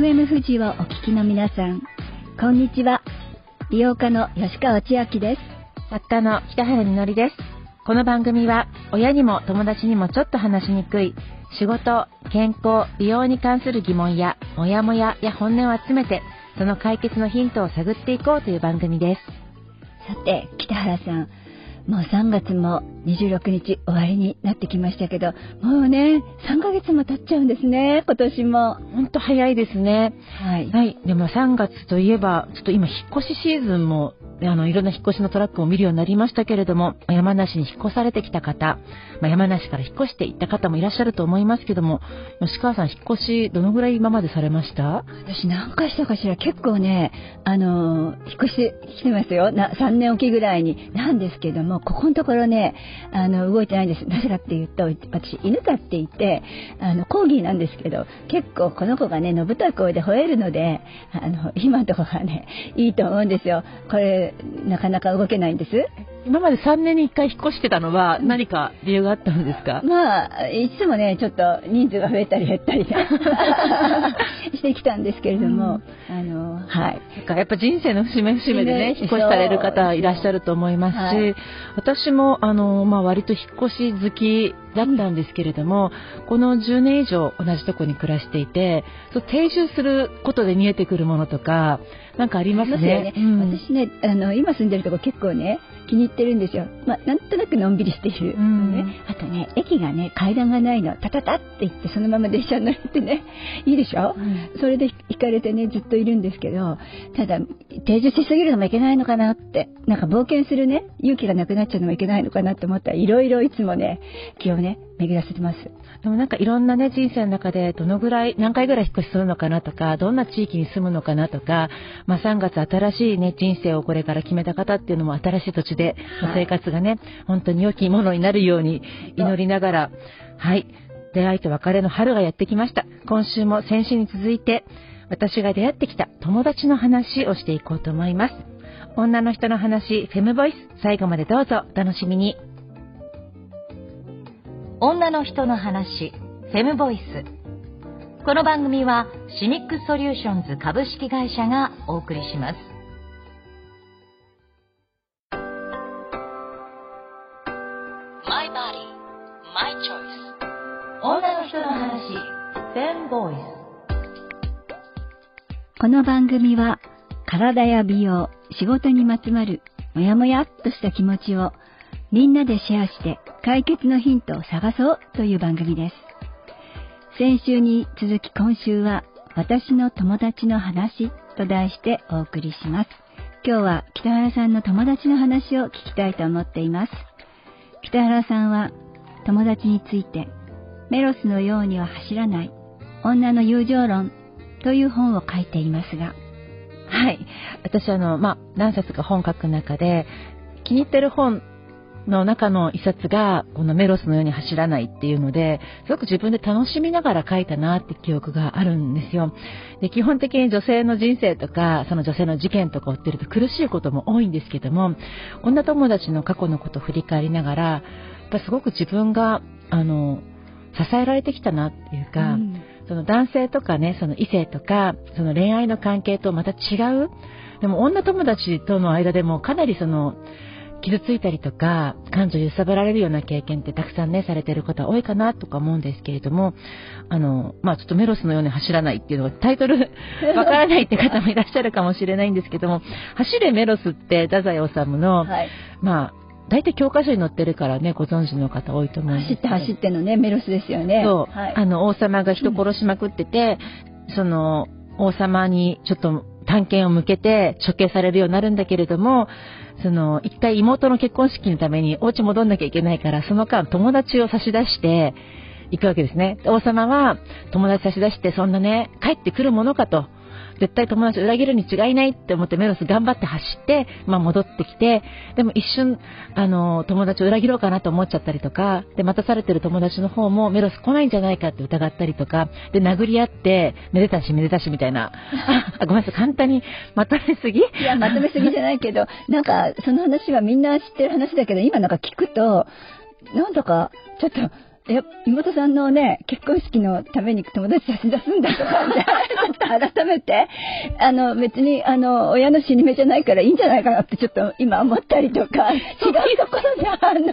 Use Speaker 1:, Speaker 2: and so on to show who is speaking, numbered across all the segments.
Speaker 1: FM 富士をお聞きの皆さん、こんにちは。美容家の吉川千明です。
Speaker 2: 作家の北原みのりです。この番組は親にも友達にもちょっと話しにくい仕事、健康、美容に関する疑問やモヤモヤや本音を集めて、その解決のヒントを探っていこうという番組です。
Speaker 1: さて、北原さん、もう3月も26日終わりになってきましたけど、もうね、3ヶ月も経っちゃうんですね、今年も。
Speaker 2: 本当早いですね。はい。はい。でも3月といえば、ちょっと今引っ越しシーズンも、いろんな引っ越しのトラックを見るようになりましたけれども、山梨に引っ越されてきた方、山梨から引っ越していった方もいらっしゃると思いますけども、吉川さん引っ越しどのぐらい今までされました？
Speaker 1: 私何回したかしら。結構ね、引っ越し来てますよ。3年おきぐらいになんですけども、ここのところね、動いてないんです。なぜかっていうと、私犬飼っていて、コーギーなんですけど、結構この子がね、のぶとい声で吠えるので、今のところはね、いいと思うんですよ。これなかなか動けないんです。
Speaker 2: 今まで3年に1回引っ越してたのは何か理由があったんですか？
Speaker 1: いつもね、ちょっと人数が増えたり減ったり、ね、してきたんですけれども、はい。
Speaker 2: やっぱ人生の節目節目でね、引っ越しされる方いらっしゃると思いますし、はい、私も割と引っ越し好きだったんですけれども、この10年以上同じところに暮らしていて、定住することで見えてくるものとかなんかありますね。
Speaker 1: 私ね、今住んでるとこ結構ね気に入ってるんですよ。なんとなくのんびりしている、ね。あとね、駅がね、階段がないの。タタタって言ってそのまま電車に乗ってね、いいでしょ、それで行かれてね、ずっといるんですけど、ただ定住しすぎるのもいけないのかなって、なんか冒険するね、勇気がなくなっちゃうのもいけないのかなって思ったら、いろいろいつもね、気をね巡らせてます。
Speaker 2: でもなんかいろんなね、人生の中でどのぐらい何回ぐらい引っ越しするのかなとか、どんな地域に住むのかなとか、3月新しいね人生をこれから決めた方っていうのも、新しい土地での生活がね、本当に良きものになるように祈りながら、はい、出会いと別れの春がやってきました。今週も先週に続いて、私が出会ってきた友達の話をしていこうと思います。女の人の話、フェムボイス、最後までどうぞお楽しみに。
Speaker 3: 女の人の話、フェムボイス。この番組はシニックソリューションズ株式会社がお送りします。My body, my choice。女の人の話、フェムボイス。
Speaker 1: この番組は体や美容、仕事にまつわるもやもやっとした気持ちをみんなでシェアして解決のヒントを探そうという番組です。先週に続き今週は私の友達の話と題してお送りします。今日は北原さんの友達の話を聞きたいと思っています。北原さんは友達についてメロスのようには走らない女の友情論という本を書いていますが、
Speaker 2: はい、私何冊か本書く中で気に入ってる本の中の一冊がこのメロスのように走らないっていうので、すごく自分で楽しみながら書いたなって記憶があるんですよ。で、基本的に女性の人生とかその女性の事件とかを追ってると苦しいことも多いんですけども、女友達の過去のことを振り返りながら、やっぱすごく自分が支えられてきたなっていうか、その男性とかね、その異性とかその恋愛の関係とまた違う、でも女友達との間でもかなり傷ついたりとか感情揺さぶられるような経験ってたくさんねされている方多いかなとか思うんですけれども、ちょっとメロスのように走らないっていうのはタイトルわからないって方もいらっしゃるかもしれないんですけども、走れメロスって太宰治の、はい、大体教科書に載ってるからね、ご存知の方多いと思うんですけど、
Speaker 1: 走ってのねメロスですよね。
Speaker 2: そう、はい、王様が人殺しまくってて、その王様にちょっと探検を向けて処刑されるようになるんだけれども、一回妹の結婚式のためにお家戻んなきゃいけないから、その間友達を差し出して行くわけですね。王様は友達差し出して、そんなね帰ってくるものかと、絶対友達を裏切るに違いないって思ってメロス頑張って走って、戻ってきて、でも一瞬友達を裏切ろうかなと思っちゃったりとかで、待たされてる友達の方もメロス来ないんじゃないかって疑ったりとかで、殴り合ってめでたしめでたしみたいなごめんなさい、簡単にまとめすぎ？い
Speaker 1: や、まとめすぎじゃないけどなんかその話はみんな知ってる話だけど、今なんか聞くとなんだかちょっと妹さんのね、結婚式のために友達差し出すんだとか、ちょっと改めて、別に、親の死に目じゃないからいいんじゃないかなってちょっと今思ったりとか、違うところで反応しちゃった。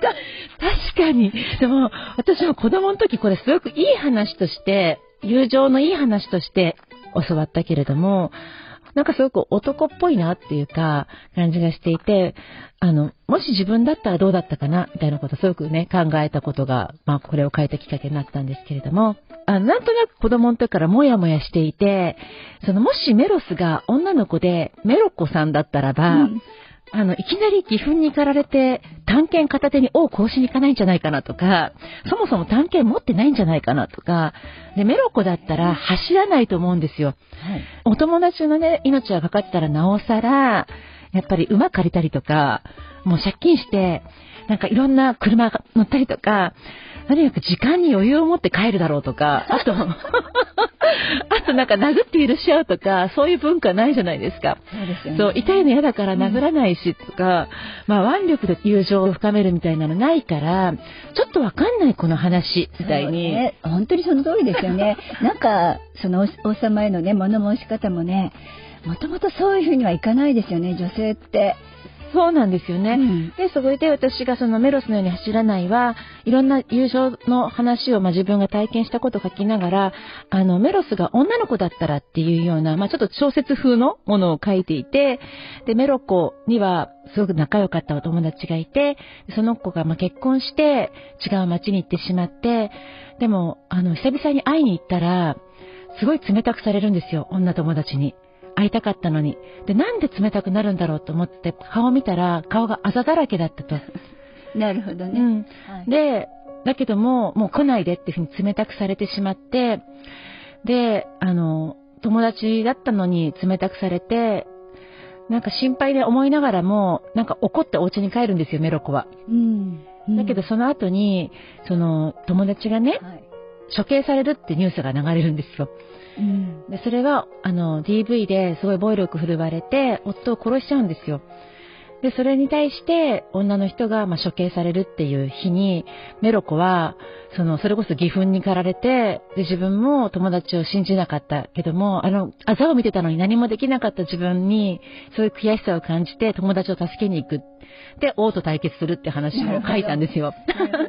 Speaker 2: 確かに。でも、私も子供の時これすごくいい話として、友情のいい話として教わったけれども、なんかすごく男っぽいなっていうか感じがしていて、もし自分だったらどうだったかなみたいなことをすごくね考えたことが、これを書いたきっかけになったんですけれども、なんとなく子供の時からもやもやしていて、もしメロスが女の子でメロコさんだったらば、いきなり岐阜に行かられて探検片手にこうしに行かないんじゃないかなとか、そもそも探検持ってないんじゃないかなとか、でメロコだったら走らないと思うんですよ。お友達のね命がかかってたらなおさらやっぱり馬借りたりとか、もう借金してなんかいろんな車乗ったりとか、とにかく時間に余裕を持って帰るだろうとか、あとなんか殴って許し合うとか、そういう文化ないじゃないですか。
Speaker 1: そうですよね。
Speaker 2: そう、痛いの嫌だから殴らないしとか、腕力で友情を深めるみたいなのないから、ちょっとわかんないこの話みたいに。
Speaker 1: ね、本当にその通りですよね。なんかその王様へのね物申し方もね、もともとそういうふうにはいかないですよね、女性って。
Speaker 2: そうなんですよね。で、そこで私がそのメロスのように走らないは、いろんな友情の話を自分が体験したことを書きながら、メロスが女の子だったらっていうような、ちょっと小説風のものを書いていて、で、メロコにはすごく仲良かったお友達がいて、その子が結婚して違う町に行ってしまって、でも、久々に会いに行ったら、すごい冷たくされるんですよ、女友達に。会いたかったのに。で、なんで冷たくなるんだろうと思って顔を見たら顔があざだらけだったと。
Speaker 1: なるほどね。
Speaker 2: で、だけどもう来ないでっていうふうに冷たくされてしまって、で、友達だったのに冷たくされて、なんか心配で思いながらも、なんか怒ってお家に帰るんですよ、メロコは。だけどその後に、その友達がね、処刑されるってニュースが流れるんですよ。でそれはDV ですごい暴力振るわれて夫を殺しちゃうんですよ。でそれに対して女の人が処刑されるっていう日に、メロコはそれこそ義憤に駆られて、で自分も友達を信じなかったけども、あざを見てたのに何もできなかった自分にそういう悔しさを感じて友達を助けに行く。で王と対決するって話を書いたんですよ。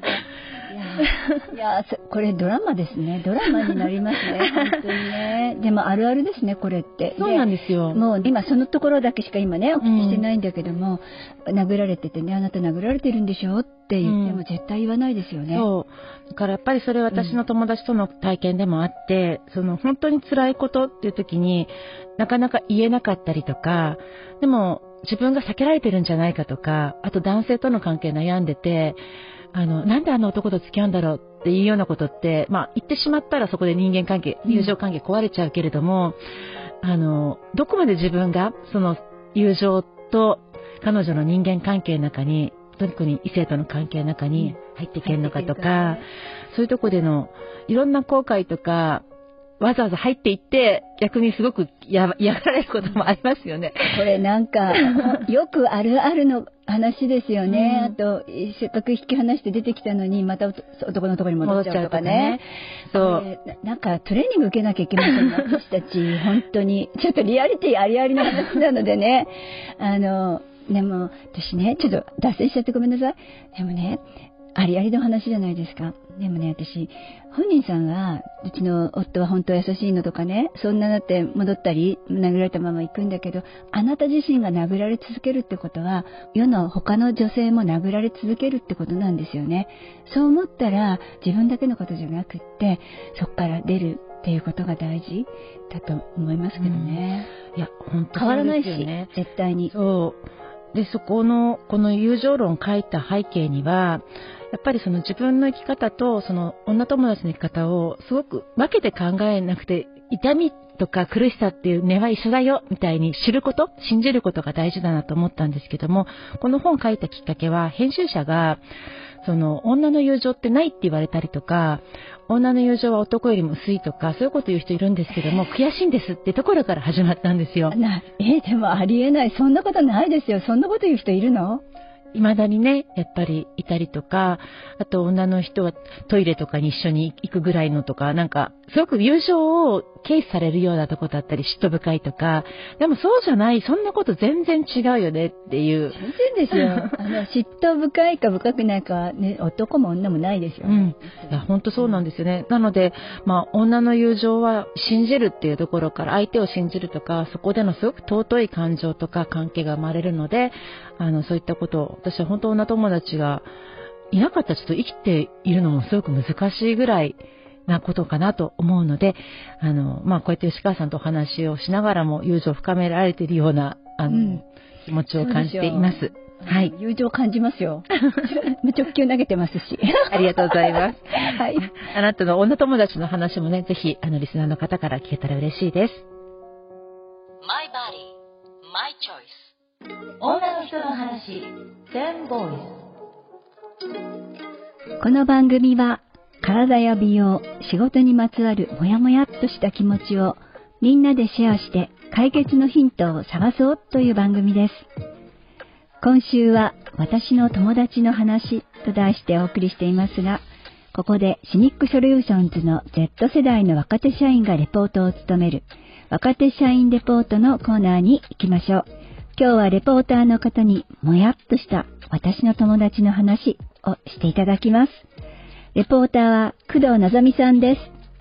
Speaker 1: いやこれドラマですね。ドラマになりますね。本当にね。でもあるあるですね、これって。
Speaker 2: そうなんですよ。
Speaker 1: もう今そのところだけしか今ねお聞きしてないんだけども、殴られててね、あなた殴られてるんでしょって言っても絶対言わないですよね。
Speaker 2: そうだからやっぱりそれは私の友達との体験でもあって、本当に辛いことっていう時になかなか言えなかったりとか、でも自分が避けられてるんじゃないかとか、あと男性との関係悩んでて、なんであの男と付き合うんだろうっていうようなことって、言ってしまったらそこで人間関係、友情関係壊れちゃうけれども、どこまで自分がその友情と彼女の人間関係の中に、特に異性との関係の中に入っていけるのかとか、そういうとこでのいろんな後悔とか、わざわざ入っていって逆にすごく嫌がられることもありますよね。
Speaker 1: これなんかよくあるあるの話ですよね。あとせっかく引き離して出てきたのにまた男のところに戻っちゃうとかね。そうなんかトレーニング受けなきゃいけませんね、私たち。本当にちょっとリアリティありありな話なのでね。でも私ね、ちょっと脱線しちゃってごめんなさい。でもね、ありありの話じゃないですか。でもね、私本人さんはうちの夫は本当は優しいのとかね、そんななって戻ったり殴られたまま行くんだけど、あなた自身が殴られ続けるってことは世の他の女性も殴られ続けるってことなんですよね。そう思ったら自分だけのことじゃなくって、そこから出るっていうことが大事だと思いますけどね。
Speaker 2: いや本当
Speaker 1: 変わらないし、
Speaker 2: 絶
Speaker 1: 対に。
Speaker 2: そうで、この友情論を書いた背景には、やっぱりその自分の生き方とその女友達の生き方をすごく分けて考えなくて、痛みとか苦しさっていう根は一緒だよみたいに知ること、信じることが大事だなと思ったんですけども、この本を書いたきっかけは編集者がその女の友情ってないって言われたりとか、女の友情は男よりも薄いとか、そういうこと言う人いるんですけども、悔しいんですってところから始まったんですよ。
Speaker 1: でもありえない。そんなことないですよ。そんなこと言う人いるの？
Speaker 2: 未だにね、やっぱりいたりとか、あと女の人はトイレとかに一緒に行くぐらいのとか、なんか、すごく友情を軽視されるようなとこだったり、嫉妬深いとか、でもそうじゃない、そんなこと全然違うよねっていう。
Speaker 1: 全然ですよ。嫉妬深いか深くないか、ね、男も女もないですよね。
Speaker 2: いや、本当そうなんですよね。なので、女の友情は信じるっていうところから、相手を信じるとか、そこでのすごく尊い感情とか関係が生まれるので、そういったことを、私は本当女友達がいなかったらちょっと生きているのもすごく難しいぐらいなことかなと思うので、こうやって吉川さんとお話をしながらも友情を深められているような、気持ちを感じています。はい。
Speaker 1: 友情感じますよ。直球投げてますし。
Speaker 2: ありがとうございます。
Speaker 1: はい。
Speaker 2: あなたの女友達の話もね、ぜひ、リスナーの方から聞けたら嬉しいです。
Speaker 3: My body, my choice. 女の人の話、10 boys。
Speaker 1: この番組は、体や美容、仕事にまつわるモヤモヤっとした気持ちをみんなでシェアして解決のヒントを探そうという番組です。今週は私の友達の話と題してお送りしていますが、ここでシニックソリューションズの Z 世代の若手社員がレポートを務める若手社員レポートのコーナーに行きましょう。今日はレポーターの方にもやっとした私の友達の話をしていただきます。レポーターは工藤のぞみさんです。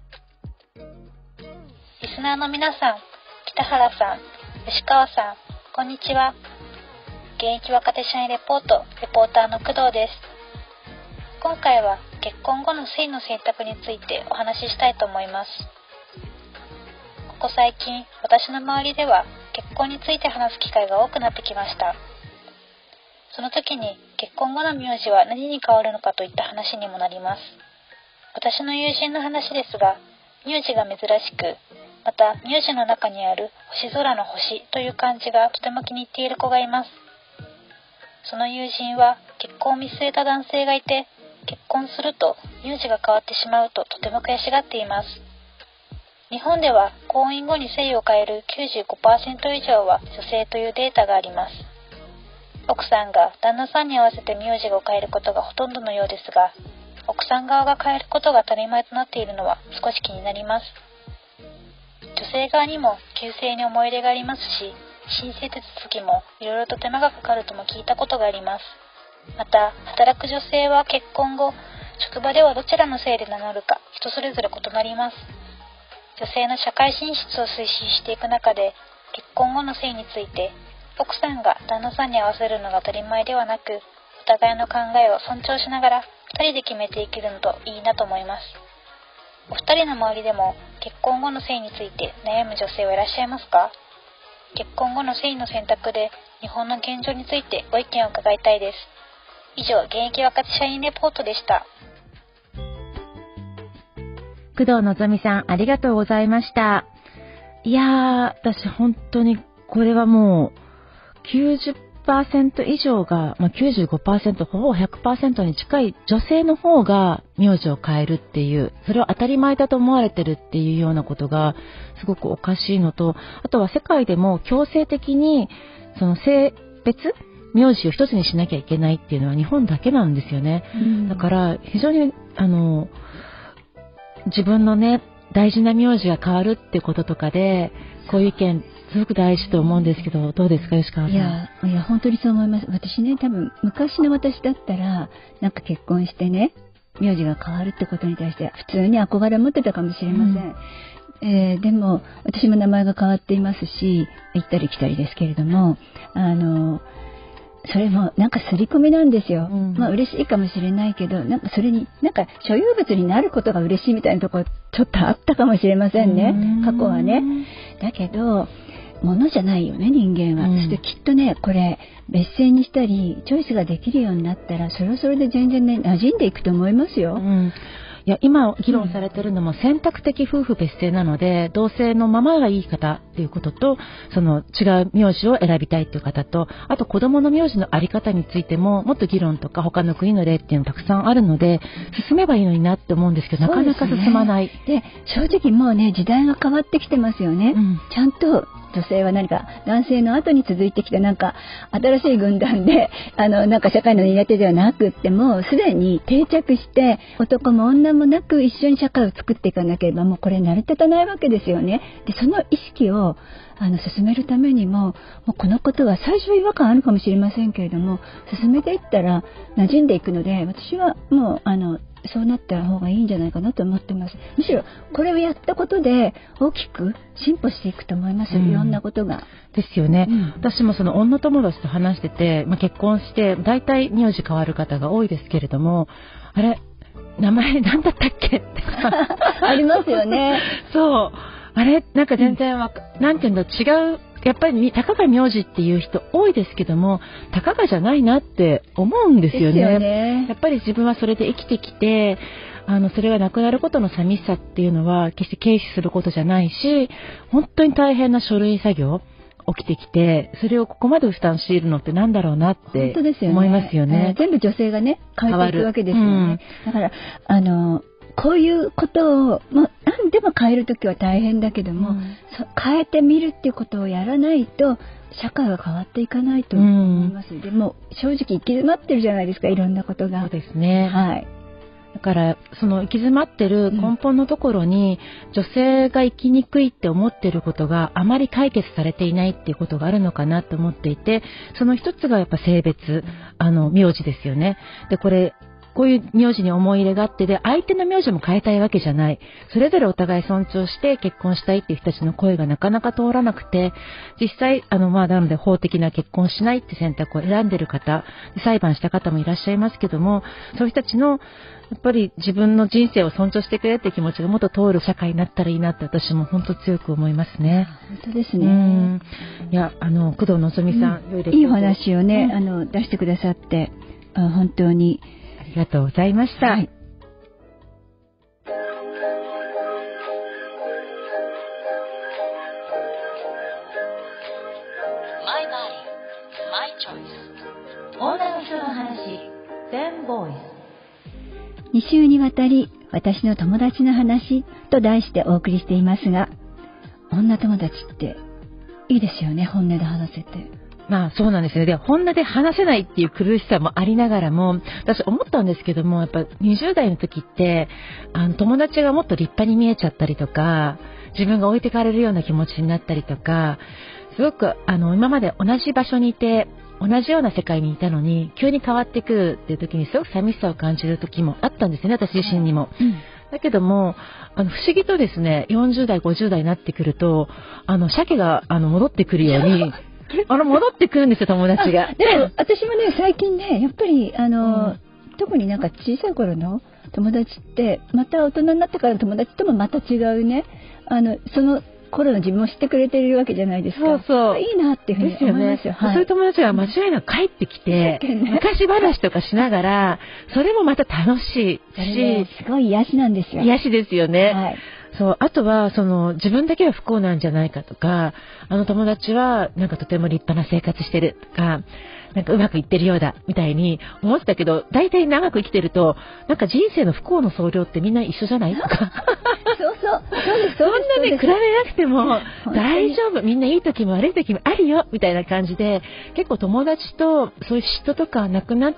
Speaker 4: リスナーの皆さん、北原さん、吉川さん、こんにちは。現役若手社員レポートーターの工藤です。今回は結婚後の性の選択についてお話ししたいと思います。ここ最近、私の周りでは結婚について話す機会が多くなってきました。その時に結婚後の名字は何に変わるのかといった話にもなります。私の友人の話ですが、名字が珍しく、また名字の中にある星空の星という漢字がとても気に入っている子がいます。その友人は結婚を見据えた男性がいて、結婚すると名字が変わってしまうととても悔しがっています。日本では婚姻後に姓を変える 95% 以上は女性というデータがあります。奥さんが旦那さんに合わせて名字を変えることがほとんどのようですが、奥さん側が変えることが当たり前となっているのは少し気になります。女性側にも旧姓に思い入れがありますし、申請手続きもいろいろと手間がかかるとも聞いたことがあります。また、働く女性は結婚後、職場ではどちらの姓で名乗るか人それぞれ異なります。女性の社会進出を推進していく中で、結婚後の姓について、奥さんが旦那さんに合わせるのが当たり前ではなく、お互いの考えを尊重しながら2人で決めていけるのといいなと思います。お二人の周りでも結婚後の姓について悩む女性はいらっしゃいますか？結婚後の姓の選択で日本の現状についてご意見を伺いたいです。以上、現役若手社員レポートでした。
Speaker 2: 工藤のぞみさん、ありがとうございました。いやー、私本当にこれはもう 90% 以上が、95%、ほぼ 100% に近い女性の方が名字を変えるっていう、それを当たり前だと思われてるっていうようなことがすごくおかしいのと、あとは世界でも強制的にその性別名字を一つにしなきゃいけないっていうのは日本だけなんですよね。だから非常に自分のね、大事な名字が変わるってこととかで、こういう意見すごく大事と思うんですけど、どうですか、吉川さん。
Speaker 1: いや本当にそう思います。私ね、多分昔の私だったら、なんか結婚してね、名字が変わるってことに対して普通に憧れを持ってたかもしれません。でも私も名前が変わっていますし、行ったり来たりですけれども、それもなんか刷り込みなんですよ。嬉しいかもしれないけど、なんかそれになんか所有物になることが嬉しいみたいなところちょっとあったかもしれませんね。過去はね。だけど物じゃないよね、人間は。そしてきっとね、これ別姓にしたりチョイスができるようになったら、それはそれで全然ね、馴染んでいくと思いますよ。
Speaker 2: いや、今議論されているのも選択的夫婦別姓なので、同姓のままがいい方っていうことと、その違う名字を選びたいっていう方と、あと子供の名字のあり方についてももっと議論とか他の国の例っていうのたくさんあるので、進めばいいのになって思うんですけど、なかなか進まない。
Speaker 1: で、正直もうね、時代が変わってきてますよね。ちゃんと女性は何か男性の後に続いてきたなんか新しい軍団でなんか社会の苦手ではなくってもすでに定着して男も女もなく一緒に社会を作っていかなければもうこれ成り立たないわけですよね。でその意識を進めるためにもうこのことは最初は違和感あるかもしれませんけれども進めていったら馴染んでいくので私はもうそうなった方がいいんじゃないかなと思ってます。むしろこれをやったことで大きく進歩していくと思います、いろんなことが。
Speaker 2: ですよね、私もその女友達と話してて、結婚して大体名字変わる方が多いですけれども、あれ名前なんだったっけって
Speaker 1: ありますよね。
Speaker 2: そうあれなんか全然なんていうんだ違う。やっぱりたかが名字っていう人多いですけども、たかがじゃないなって思うんですよね。やっぱり自分はそれで生きてきて、それがなくなることの寂しさっていうのは決して軽視することじゃないし、本当に大変な書類作業起きてきて、それをここまで負担しているのってなんだろうなって思いますよね。
Speaker 1: 全部女性がね変えていくわけですよね。だからこういうことを何でも変えるときは大変だけども、変えてみるっていうことをやらないと社会は変わっていかないと思います。でも正直行き詰まってるじゃないですか、いろんなことが。
Speaker 2: そうですね。
Speaker 1: はい。
Speaker 2: だからその行き詰まってる根本のところに、女性が生きにくいって思ってることがあまり解決されていないっていうことがあるのかなと思っていて、その一つがやっぱ性別、名字ですよね。でこういう名字に思い入れがあってで、相手の名字も変えたいわけじゃない。それぞれお互い尊重して結婚したいっていう人たちの声がなかなか通らなくて、実際、なので法的な結婚しないって選択を選んでる方、裁判した方もいらっしゃいますけども、そういう人たちの、やっぱり自分の人生を尊重してくれっていう気持ちがもっと通る社会になったらいいなって私も本当強く思いますね。
Speaker 1: 本当ですね。
Speaker 2: いや、工藤のぞみさん、
Speaker 1: いいお話をね、出してくださって、本当に、
Speaker 2: ありがとうございました。はい、
Speaker 3: 女の人の話、10 ボイ
Speaker 1: ス。2週にわたり私の友達の話と題してお送りしていますが、女友達っていいですよね、本音で話せて。
Speaker 2: そうなんですね。で、本音で話せないっていう苦しさもありながらも、私思ったんですけども、やっぱ20代の時って、友達がもっと立派に見えちゃったりとか、自分が置いてかれるような気持ちになったりとか、すごく今まで同じ場所にいて、同じような世界にいたのに、急に変わってくるっていう時にすごく寂しさを感じる時もあったんですよね、私自身にも。だけども、不思議とですね、40代、50代になってくると、鮭が戻ってくるように、戻ってくるんですよ、友達が。
Speaker 1: でも、私もね、最近ね、やっぱり、特になんか小さい頃の友達って、また大人になってからの友達ともまた違うね、その頃の自分を知ってくれているわけじゃないですか。
Speaker 2: そうそう。
Speaker 1: いいなっていうふうに思いますよ。
Speaker 2: そういう友達が間違いなく帰ってきて、昔話とかしながら、それもまた楽しいし、
Speaker 1: すごい癒しなんですよ。
Speaker 2: 癒しですよね。
Speaker 1: はい。
Speaker 2: そう、あとは、自分だけは不幸なんじゃないかとか、友達は、なんかとても立派な生活してるとか、なんかうまくいってるようだ、みたいに思ってたけど、大体長く生きてると、なんか人生の不幸の総量ってみんな一緒じゃないとか。そんなに比べなくても大丈夫、みんないい時も悪い時もあるよ、みたいな感じで、結構友達とそういう嫉妬とかなくなって、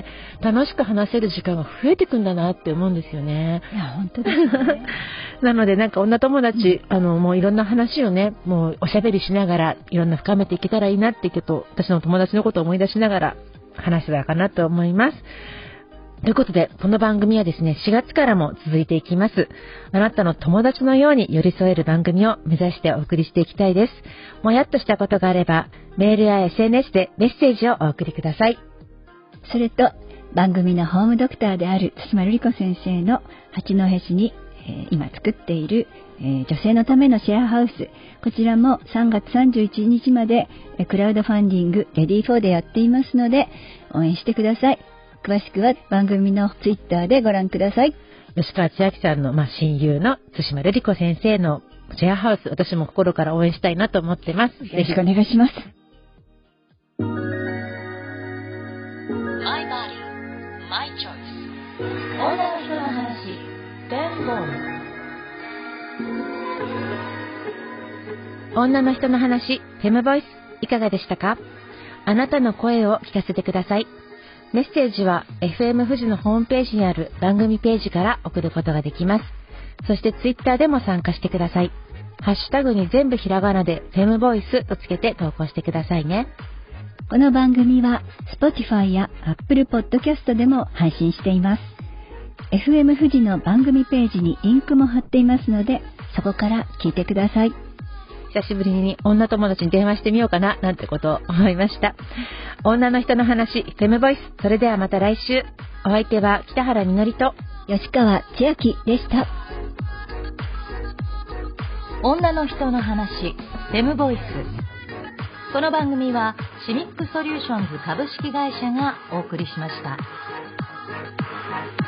Speaker 2: 楽しく話せる時間が増えてくんだなって思うんですよね。
Speaker 1: いや、本当ですね。
Speaker 2: なので、なんか女友達、もういろんな話をね、もうおしゃべりしながら、いろんな深めていけたらいいなっていうことを、私の友達のことを思い出しながら話せたらかなと思います。ということで、この番組はですね、4月からも続いていきます。あなたの友達のように寄り添える番組を目指してお送りしていきたいです。もやっとしたことがあれば、メールや SNS でメッセージをお送りください。
Speaker 1: それと、番組のホームドクターである津島瑠璃子先生の八戸市に、今作っている、女性のためのシェアハウス、こちらも3月31日まで、クラウドファンディングレディー4でやっていますので、応援してください。詳しくは番組のツイッターでご覧ください。
Speaker 2: 吉川千明さんの、親友の津島瑠璃子先生のシェアハウス、私も心から応援したいなと思ってます。
Speaker 1: よろしくお願いします。
Speaker 3: My body, my choice. 女の人の話、10 boys。
Speaker 2: 女の人の話、フェムボイス、いかがでしたか？あなたの声を聞かせてください。メッセージは FM 富士のホームページにある番組ページから送ることができます。そしてツイッターでも参加してください。ハッシュタグに全部ひらがなでフェムボイスとつけて投稿してくださいね。
Speaker 1: この番組は Spotify や Apple Podcast でも配信しています。FM 富士の番組ページにリンクも貼っていますので、そこから聞いてください。
Speaker 2: 久しぶりに女友達に電話してみようかななんてことを思いました。女の人の話、フェムボイス。それではまた来週。お相手は北原みのりと
Speaker 1: 吉川千明でした。
Speaker 3: 女の人の話、フェムボイス。この番組はシニックソリューションズ株式会社がお送りしました。